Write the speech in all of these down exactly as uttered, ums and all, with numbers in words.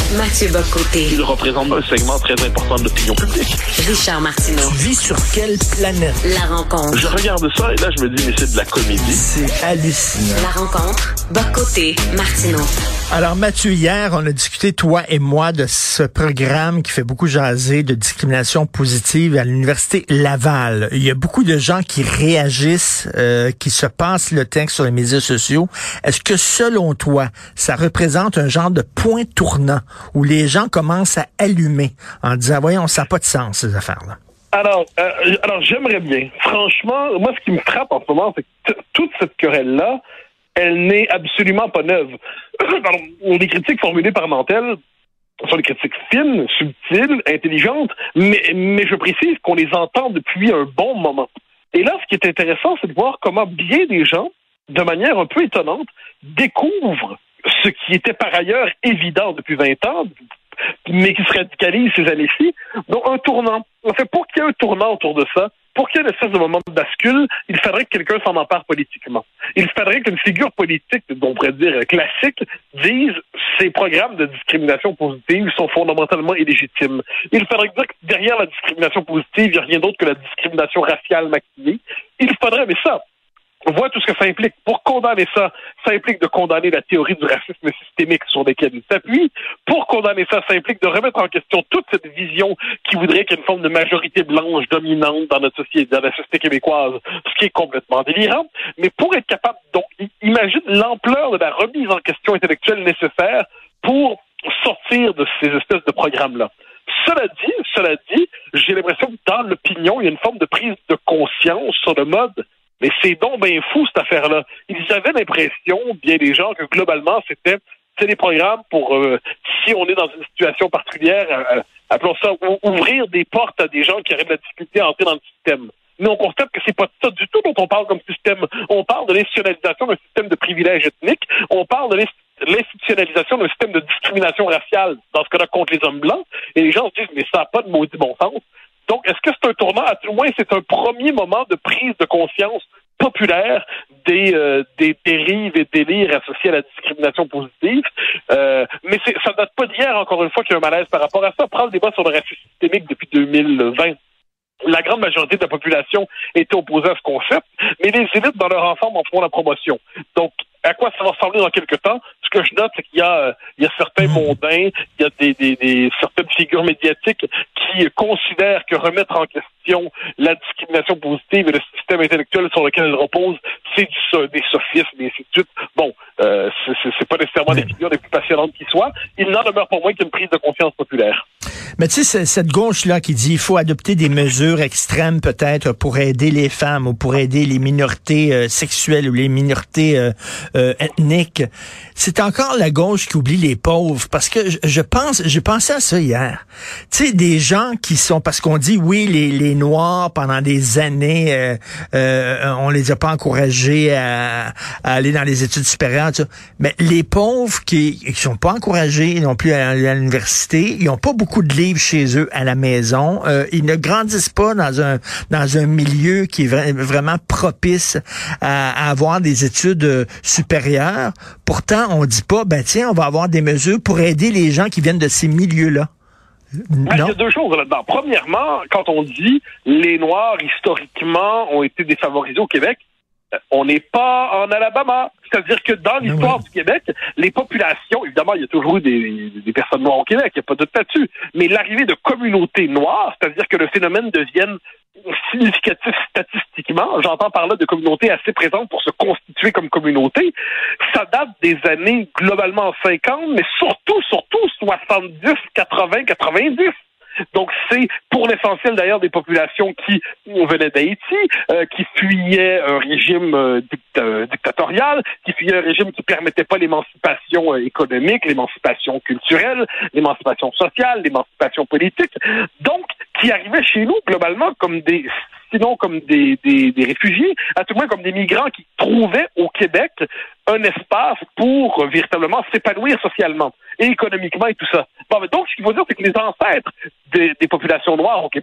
Mathieu Bock-Côté. Il représente un segment très important de l'opinion publique. Richard Martineau. Tu vis sur quelle planète? La rencontre. Je regarde ça et là, je me dis, mais c'est de la comédie. C'est hallucinant. La rencontre. Bock-Côté, Martineau. Alors Mathieu, hier, on a discuté, toi et moi, de ce programme qui fait beaucoup jaser de discrimination positive à l'Université Laval. Il y a beaucoup de gens qui réagissent, euh, qui se passent le texte sur les médias sociaux. Est-ce que, selon toi, ça représente un genre de point tournant où les gens commencent à allumer en disant, voyons, ça n'a pas de sens, ces affaires-là? Alors, euh, alors j'aimerais bien. Franchement, moi, ce qui me frappe en ce moment, c'est que t- toute cette querelle-là, elle n'est absolument pas neuve. Pardon, les critiques formulées par Nantel sont des critiques fines, subtiles, intelligentes, mais, mais je précise qu'on les entend depuis un bon moment. Et là, ce qui est intéressant, c'est de voir comment bien des gens, de manière un peu étonnante, découvrent ce qui était par ailleurs évident depuis vingt ans, mais qui se radicalise ces années-ci, donc un tournant. En fait, pour qu'il y ait un tournant autour de ça, pour qu'il y ait une espèce de moment de bascule, il faudrait que quelqu'un s'en empare politiquement. Il faudrait qu'une figure politique, on pourrait dire classique, dise ces programmes de discrimination positive sont fondamentalement illégitimes. Il faudrait dire que derrière la discrimination positive, il n'y a rien d'autre que la discrimination raciale maquillée. Il faudrait, mais ça, on voit tout ce que ça implique. Pour condamner ça, ça implique de condamner la théorie du racisme systémique sur laquelle il s'appuie. Pour condamner ça, ça implique de remettre en question toute cette vision qui voudrait qu'il y ait une forme de majorité blanche dominante dans notre société, dans la société québécoise, ce qui est complètement délirant. Mais pour être capable, donc, imagine l'ampleur de la remise en question intellectuelle nécessaire pour sortir de ces espèces de programmes-là. Cela dit, cela dit, j'ai l'impression que dans l'opinion, il y a une forme de prise de conscience sur le mode. Mais c'est donc bien fou, cette affaire-là. Ils avaient l'impression, bien des gens, que globalement, c'était c'est des programmes pour, euh, si on est dans une situation particulière, euh, appelons ça, ou, ouvrir des portes à des gens qui auraient de la difficulté à entrer dans le système. Mais on constate que c'est pas ça du tout dont on parle comme système. On parle de l'institutionnalisation d'un système de privilèges ethniques. On parle de l'institutionnalisation d'un système de discrimination raciale, dans ce cas-là, contre les hommes blancs. Et les gens se disent, mais ça n'a pas de maudit bon sens. Donc, est-ce que c'est un tournant? À tout le moins, c'est un premier moment de prise de conscience populaire des, euh, des dérives et délires associés à la discrimination positive. Euh, mais c'est, ça ne date pas d'hier, encore une fois, qu'il y a un malaise par rapport à ça. Prends le débat sur le racisme systémique depuis deux mille vingt. La grande majorité de la population était opposée à ce concept, mais les élites, dans leur ensemble, en font la promotion. Donc, à quoi ça va ressembler dans quelques temps? Ce que je note, c'est qu'il y a, il y a certains mondains, il y a des, des, des certaines figures médiatiques qui considèrent que remettre en question la discrimination positive et le système intellectuel sur lequel elle repose, c'est du, des sophismes et ainsi de suite. Bon, euh, c'est, c'est, c'est pas nécessairement les figures les plus passionnantes qui soient. Il n'en demeure pas moins qu'une prise de conscience populaire. Mais tu sais, cette gauche-là qui dit qu'il faut adopter des mesures extrêmes peut-être pour aider les femmes ou pour aider les minorités euh, sexuelles ou les minorités euh, euh, ethniques, c'est encore la gauche qui oublie les pauvres. Parce que je, je pense, j'ai pensé à ça hier. Tu sais, des gens qui sont, parce qu'on dit, oui, les, les Noirs, pendant des années, euh, euh, on les a pas encouragés à, à aller dans les études supérieures, tout ça. Mais les pauvres qui qui sont pas encouragés non plus à aller à l'université, ils n'ont pas beaucoup de livres chez eux à la maison. Euh, ils ne grandissent pas dans un dans un milieu qui est vra- vraiment propice à, à avoir des études euh, supérieures. Pourtant, on dit pas, ben tiens, on va avoir des mesures pour aider les gens qui viennent de ces milieux-là. Ben, il y a deux choses là-dedans. Premièrement, quand on dit les Noirs, historiquement, ont été défavorisés au Québec, on n'est pas en Alabama. C'est-à-dire que dans l'histoire oui. du Québec, les populations, évidemment, il y a toujours eu des, des personnes noires au Québec, il n'y a pas de doute là-dessus, mais l'arrivée de communautés noires, c'est-à-dire que le phénomène devienne significatif statistiquement, j'entends par là de communautés assez présentes pour se constituer comme communauté, ça date des années globalement cinquante, mais surtout, surtout soixante-dix, quatre-vingts, quatre-vingt-dix. Donc, c'est pour l'essentiel, d'ailleurs, des populations qui venaient d'Haïti, euh, qui fuyaient un régime euh, dict- dictatorial, qui fuyaient un régime qui permettait pas l'émancipation euh, économique, l'émancipation culturelle, l'émancipation sociale, l'émancipation politique. Donc, qui arrivaient chez nous, globalement, comme des... sinon comme des, des, des réfugiés, à tout le moins comme des migrants qui trouvaient au Québec un espace pour euh, véritablement s'épanouir socialement et économiquement et tout ça. Bon, mais donc, ce qu'il faut dire, c'est que les ancêtres des, des populations noires au Québec,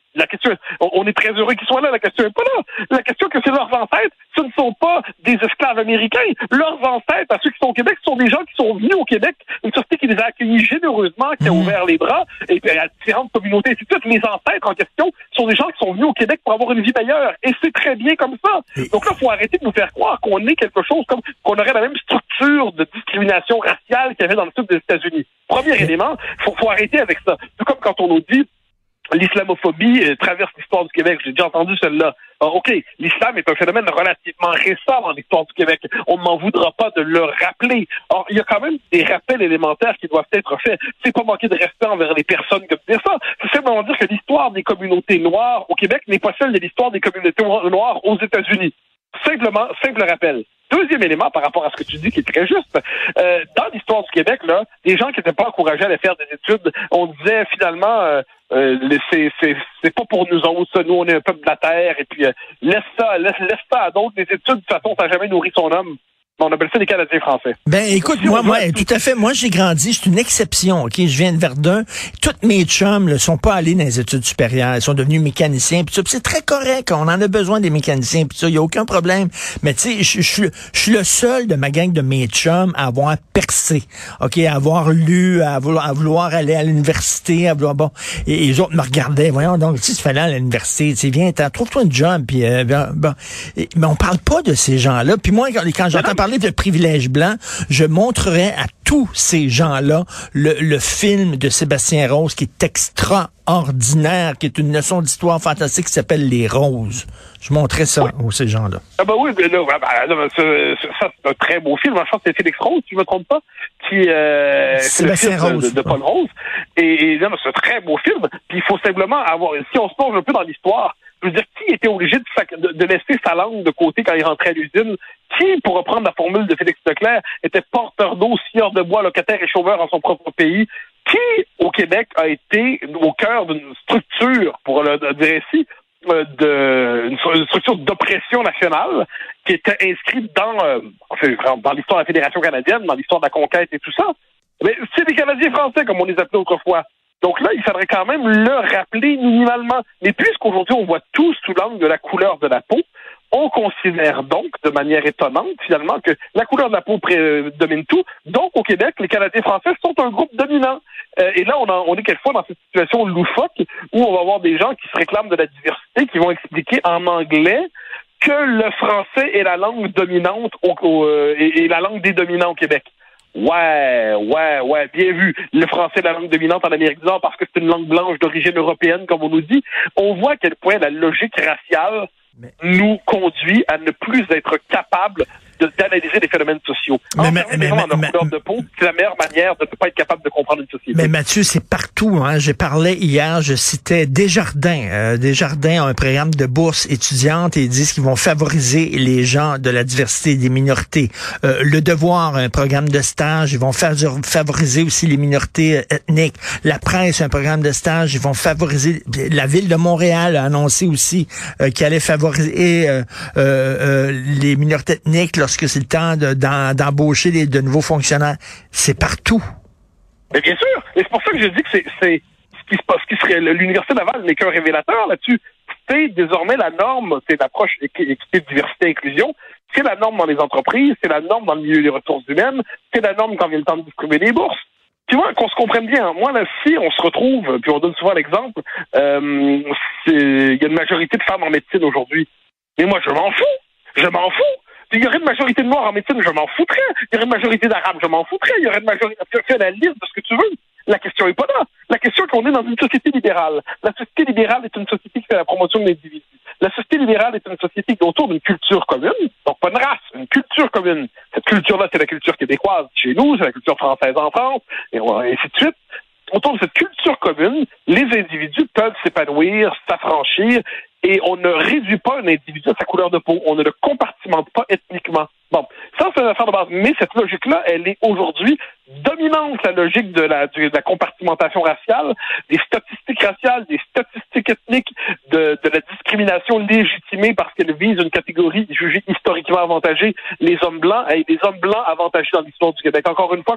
La question, on, on est très heureux qu'ils soient là. La question n'est pas là. La question que c'est leurs ancêtres, ce ne sont pas des esclaves américains. Leurs ancêtres, à ceux qui sont au Québec, ce sont des gens qui sont venus au Québec, une société qui les a accueillis généreusement, qui a mmh. ouvert les bras, et puis à différentes communautés, et tout. Les ancêtres en question sont des gens qui sont venus au Québec pour avoir une vie meilleure. Et c'est très bien comme ça. Et... Donc là, il faut arrêter de nous faire croire qu'on est quelque chose comme qu'on aurait la même structure de discrimination raciale qu'il y avait dans le sud des États-Unis. Premier et... élément, il faut, faut arrêter avec ça. Tout comme quand on nous dit l'islamophobie euh, traverse l'histoire du Québec. J'ai déjà entendu celle-là. Alors, OK, l'islam est un phénomène relativement récent dans l'histoire du Québec. On ne m'en voudra pas de le rappeler. Or, il y a quand même des rappels élémentaires qui doivent être faits. C'est pas manquer de respect envers les personnes que de dire ça. C'est simplement dire que l'histoire des communautés noires au Québec n'est pas celle de l'histoire des communautés noires aux États-Unis. Simplement, simple rappel. Deuxième élément par rapport à ce que tu dis qui est très juste, euh, dans l'histoire du Québec, là, des gens qui n'étaient pas encouragés à aller faire des études, on disait finalement euh, euh, c'est, c'est, c'est pas pour nous autres, ça, nous on est un peuple de la terre, et puis euh, laisse ça, laisse, laisse ça à d'autres, les études, de toute façon, ça n'a jamais nourri son homme. On appelle ça les Canadiens français. Ben, écoute, moi, moi, tout à fait. Moi, j'ai grandi. C'est une exception, OK? Je viens de Verdun. Toutes mes chums, là, sont pas allés dans les études supérieures. Ils sont devenus mécaniciens. Pis ça, pis c'est très correct. On en a besoin des mécaniciens. Pis ça, il y a aucun problème. Mais tu sais, je je suis le seul de ma gang de mes chums à avoir percé. OK? À avoir lu, à vouloir, à vouloir aller à l'université, à vouloir, bon. Et, et les autres me regardaient. Voyons donc, si tu fais là à l'université, tu sais, viens, trouve-toi une job. Puis, euh, bon. Et, mais on parle pas de ces gens-là. Puis moi, quand, quand j'entends parler de privilège blanc, je montrerai à tous ces gens-là le, le film de Sébastien Rose qui est extraordinaire, qui est une leçon d'histoire fantastique qui s'appelle Les Roses. Je montrerai ça oui. aux ces gens-là. Ah bah oui, là, bah, là, ce, ce, ça c'est un très beau film. Je pense que c'est Félix Rose, si je me trompe pas, qui euh, Sébastien le Rose, de, de, de Paul Rose. Et, et là, c'est un très beau film. Puis il faut simplement avoir, si on se plonge un peu dans l'histoire, je veux dire, qui était obligé de, de, de laisser sa langue de côté quand il rentrait à l'usine? Qui, pour reprendre la formule de Félix Leclerc, était porteur d'eau, scieur de bois, locataire et chômeur dans son propre pays? Qui, au Québec, a été au cœur d'une structure, pour le dire ainsi, euh, de, une structure d'oppression nationale qui était inscrite dans, euh, dans l'histoire de la Fédération canadienne, dans l'histoire de la conquête et tout ça? Mais c'est les Canadiens français, comme on les appelait autrefois. Donc là, il faudrait quand même le rappeler minimalement. Mais puisqu'aujourd'hui, on voit tout sous l'angle de la couleur de la peau, on considère donc, de manière étonnante, finalement, que la couleur de la peau pré- domine tout. Donc, au Québec, les Canadiens français sont un groupe dominant. Euh, et là, on, en, on est quelquefois dans cette situation loufoque où on va avoir des gens qui se réclament de la diversité, qui vont expliquer en anglais que le français est la langue dominante au, au, euh, et, et la langue des dominants au Québec. Ouais, ouais, ouais, bien vu. Le français est la langue dominante en Amérique du Nord parce que c'est une langue blanche d'origine européenne, comme on nous dit. On voit à quel point la logique raciale mais... nous conduit à ne plus être capable de, d'analyser les phénomènes sociaux. Mais, mais, mais, mais, mais, couleur de peau, c'est la meilleure manière de ne pas être capable de comprendre une société. Mais Mathieu, c'est partout. Hein. Je parlais hier, je citais Desjardins. Euh, Desjardins ont un programme de bourse étudiante et ils disent qu'ils vont favoriser les gens de la diversité des minorités. Euh, le Devoir, un programme de stage, ils vont fa- favoriser aussi les minorités ethniques. La Presse, un programme de stage, ils vont favoriser. La Ville de Montréal a annoncé aussi euh, qu'elle allait favoriser euh, euh, euh, les minorités ethniques lorsque c'est le temps de, d'en, d'embaucher des, de nouveaux fonctionnaires. C'est partout. Mais bien sûr. Et c'est pour ça que je dis que c'est, c'est ce qui se passe, ce qui serait l'Université Laval n'est qu'un révélateur là-dessus. C'est désormais la norme, c'est l'approche équité, diversité, inclusion. C'est la norme dans les entreprises, c'est la norme dans le milieu des ressources humaines, c'est la norme quand vient le temps de distribuer les bourses. Tu vois, qu'on se comprenne bien. Moi, là, si on se retrouve, puis on donne souvent l'exemple, euh, c'est, il y a une majorité de femmes en médecine aujourd'hui. Mais moi, je m'en fous. Je m'en fous. Il y aurait une majorité de Noirs en médecine, je m'en foutrais. Il y aurait une majorité d'Arabes, je m'en foutrais. Il y aurait une majorité... Fais la liste de ce que tu veux. La question est pas là. La question est qu'on est dans une société libérale. La société libérale est une société qui fait la promotion de l'individu. La société libérale est une société qui est autour d'une culture commune, donc pas une race, une culture commune. Cette culture-là, c'est la culture québécoise chez nous, c'est la culture française en France, et ainsi de suite. Autour de cette culture commune, les individus peuvent s'épanouir, s'affranchir, et on ne réduit pas un individu à sa couleur de peau. On ne le compartimente pas ethniquement. Bon, ça, c'est une affaire de base. Mais cette logique-là, elle est aujourd'hui dominante la logique de la, de la compartimentation raciale, des statistiques raciales, des statistiques ethniques, de, de la discrimination légitimée parce qu'elle vise une catégorie jugée historiquement avantagée, les hommes blancs, et les hommes blancs avantagés dans l'histoire du Québec. Encore une fois,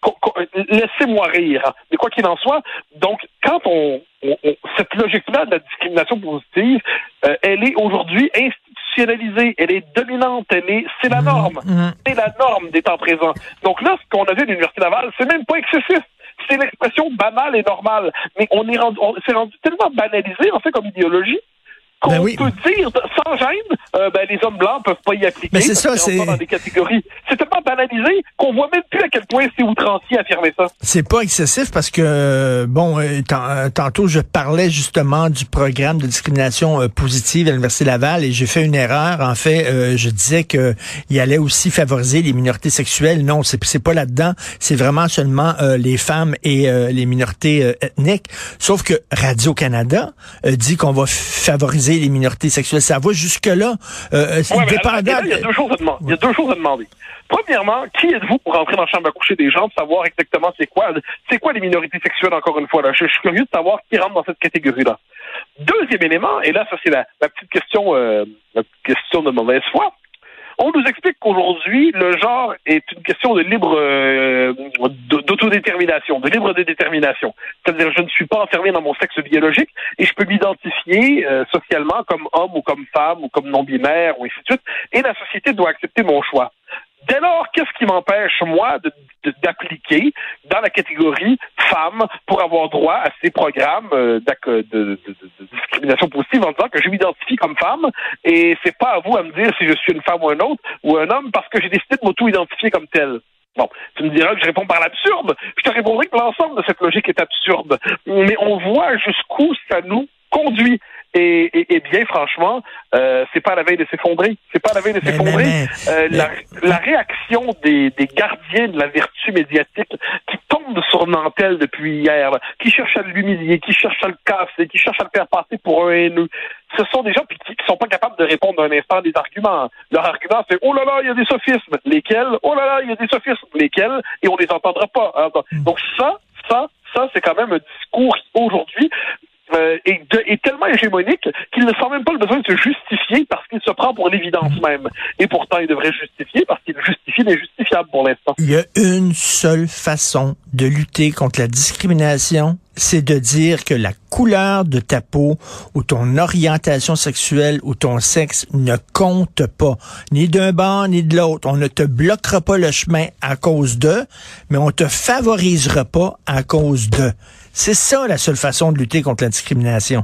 laissez-moi rire. Mais quoi qu'il en soit, donc, quand on, on, on cette logique-là de la discrimination positive, euh, elle est aujourd'hui institutionnalisée, elle est dominante, elle est, c'est la norme. Mmh. C'est la norme des temps présents. Donc là, ce qu'on a vu à l'Université Laval, c'est même pas excessif. C'est l'expression banale et normale. Mais on est rendu, on s'est rendu tellement banalisé, en fait, comme idéologie, qu'on ben oui. peut dire, sans gêne, euh, ben, les hommes blancs peuvent pas y appliquer. Mais c'est ça, c'est... dans des catégories. C'est tellement banalisé qu'on voit même plus à quel point c'est outrancier affirmer ça. C'est pas excessif parce que, bon, euh, tantôt, je parlais justement du programme de discrimination euh, positive à l'Université Laval et j'ai fait une erreur. En fait, euh, je disais que il allait aussi favoriser les minorités sexuelles. Non, c'est, c'est pas là-dedans. C'est vraiment seulement euh, les femmes et euh, les minorités euh, ethniques. Sauf que Radio-Canada euh, dit qu'on va favoriser les minorités sexuelles. Ça va jusque-là. Euh, c'est ouais, dépendant. Là, il y a deux choses à demander. Il y a deux choses à demander. Premièrement, qui êtes-vous pour rentrer dans la chambre à coucher des gens, de savoir exactement c'est quoi, c'est quoi les minorités sexuelles, encore une fois, là. Je, je suis curieux de savoir qui rentre dans cette catégorie-là. Deuxième élément, et là, ça, c'est la, la petite question, euh, la petite question de mauvaise foi. On nous explique qu'aujourd'hui, le genre est une question de libre euh, d'autodétermination, de libre détermination. C'est-à-dire, je ne suis pas enfermé dans mon sexe biologique et je peux m'identifier euh, socialement comme homme ou comme femme ou comme non-binaire ou ainsi de suite. Et la société doit accepter mon choix. Dès lors, qu'est-ce qui m'empêche, moi, de, de, d'appliquer dans la catégorie femme pour avoir droit à ces programmes euh, de, de, de, de discrimination positive en disant que je m'identifie comme femme et c'est pas à vous à me dire si je suis une femme ou un autre ou un homme parce que j'ai décidé de m'auto-identifier comme tel. Bon, tu me diras que je réponds par l'absurde. Je te répondrai que l'ensemble de cette logique est absurde. Mais on voit jusqu'où ça nous conduit. Et, et, et bien, franchement, euh, c'est pas à la veille de s'effondrer. C'est pas à la veille de mais, s'effondrer. Mais, mais, euh, mais... La, la réaction des, des gardiens de la vertu médiatique qui tombent sur Nantel depuis hier, là, qui cherchent à l'humilier, qui cherchent à le casser, qui cherchent à le faire passer pour un haineux, ce sont des gens qui, qui sont pas capables de répondre d'un instant des arguments. Leur argument, c'est « Oh là là, il y a des sophismes. » Lesquels? « Oh là là, il y a des sophismes. » Lesquels? Et on les entendra pas. Hein. Donc ça, ça, ça, c'est quand même un discours qui, aujourd'hui, Euh, est, de, est tellement hégémonique qu'il ne sent même pas le besoin de se justifier parce qu'il se prend pour l'évidence même. Et pourtant, il devrait justifier parce qu'il justifie l'injustifiable pour l'instant. Il y a une seule façon de lutter contre la discrimination, c'est de dire que la couleur de ta peau ou ton orientation sexuelle ou ton sexe ne compte pas, ni d'un bord ni de l'autre. On ne te bloquera pas le chemin à cause de, mais on te favorisera pas à cause de. C'est ça la seule façon de lutter contre la discrimination.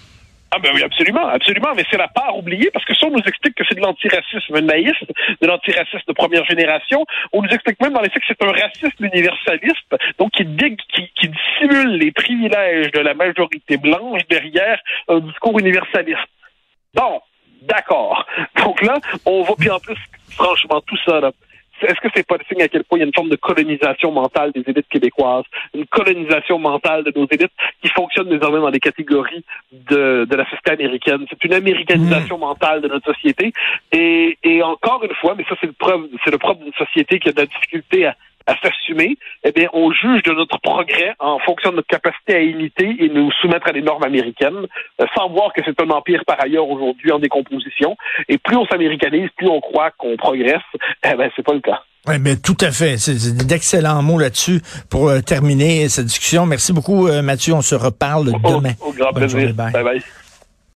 Ah ben oui, absolument, absolument, mais c'est la part oubliée, parce que ça, on nous explique que c'est de l'antiracisme naïf, de l'antiracisme de première génération. On nous explique même dans les faits que c'est un racisme universaliste, donc qui, dé- qui, qui dissimule les privilèges de la majorité blanche derrière un discours universaliste. Bon, d'accord. Donc là, on va, puis en plus, franchement, tout ça, là, est-ce que c'est pas le signe à quel point il y a une forme de colonisation mentale des élites québécoises, une colonisation mentale de nos élites qui fonctionne désormais dans les catégories de, de la société américaine? C'est une américanisation mmh. mentale de notre société. Et, et encore une fois, mais ça c'est le preuve, c'est le propre d'une société qui a de la difficulté à à s'assumer, eh bien, on juge de notre progrès en fonction de notre capacité à imiter et nous soumettre à des normes américaines, euh, sans voir que c'est un empire par ailleurs aujourd'hui en décomposition. Et plus on s'américanise, plus on croit qu'on progresse. Eh bien, c'est pas le cas. Oui, mais tout à fait. C'est d'excellents mots là-dessus pour euh, terminer cette discussion. Merci beaucoup, euh, Mathieu. On se reparle oh, demain. Au grand plaisir. Bye bye.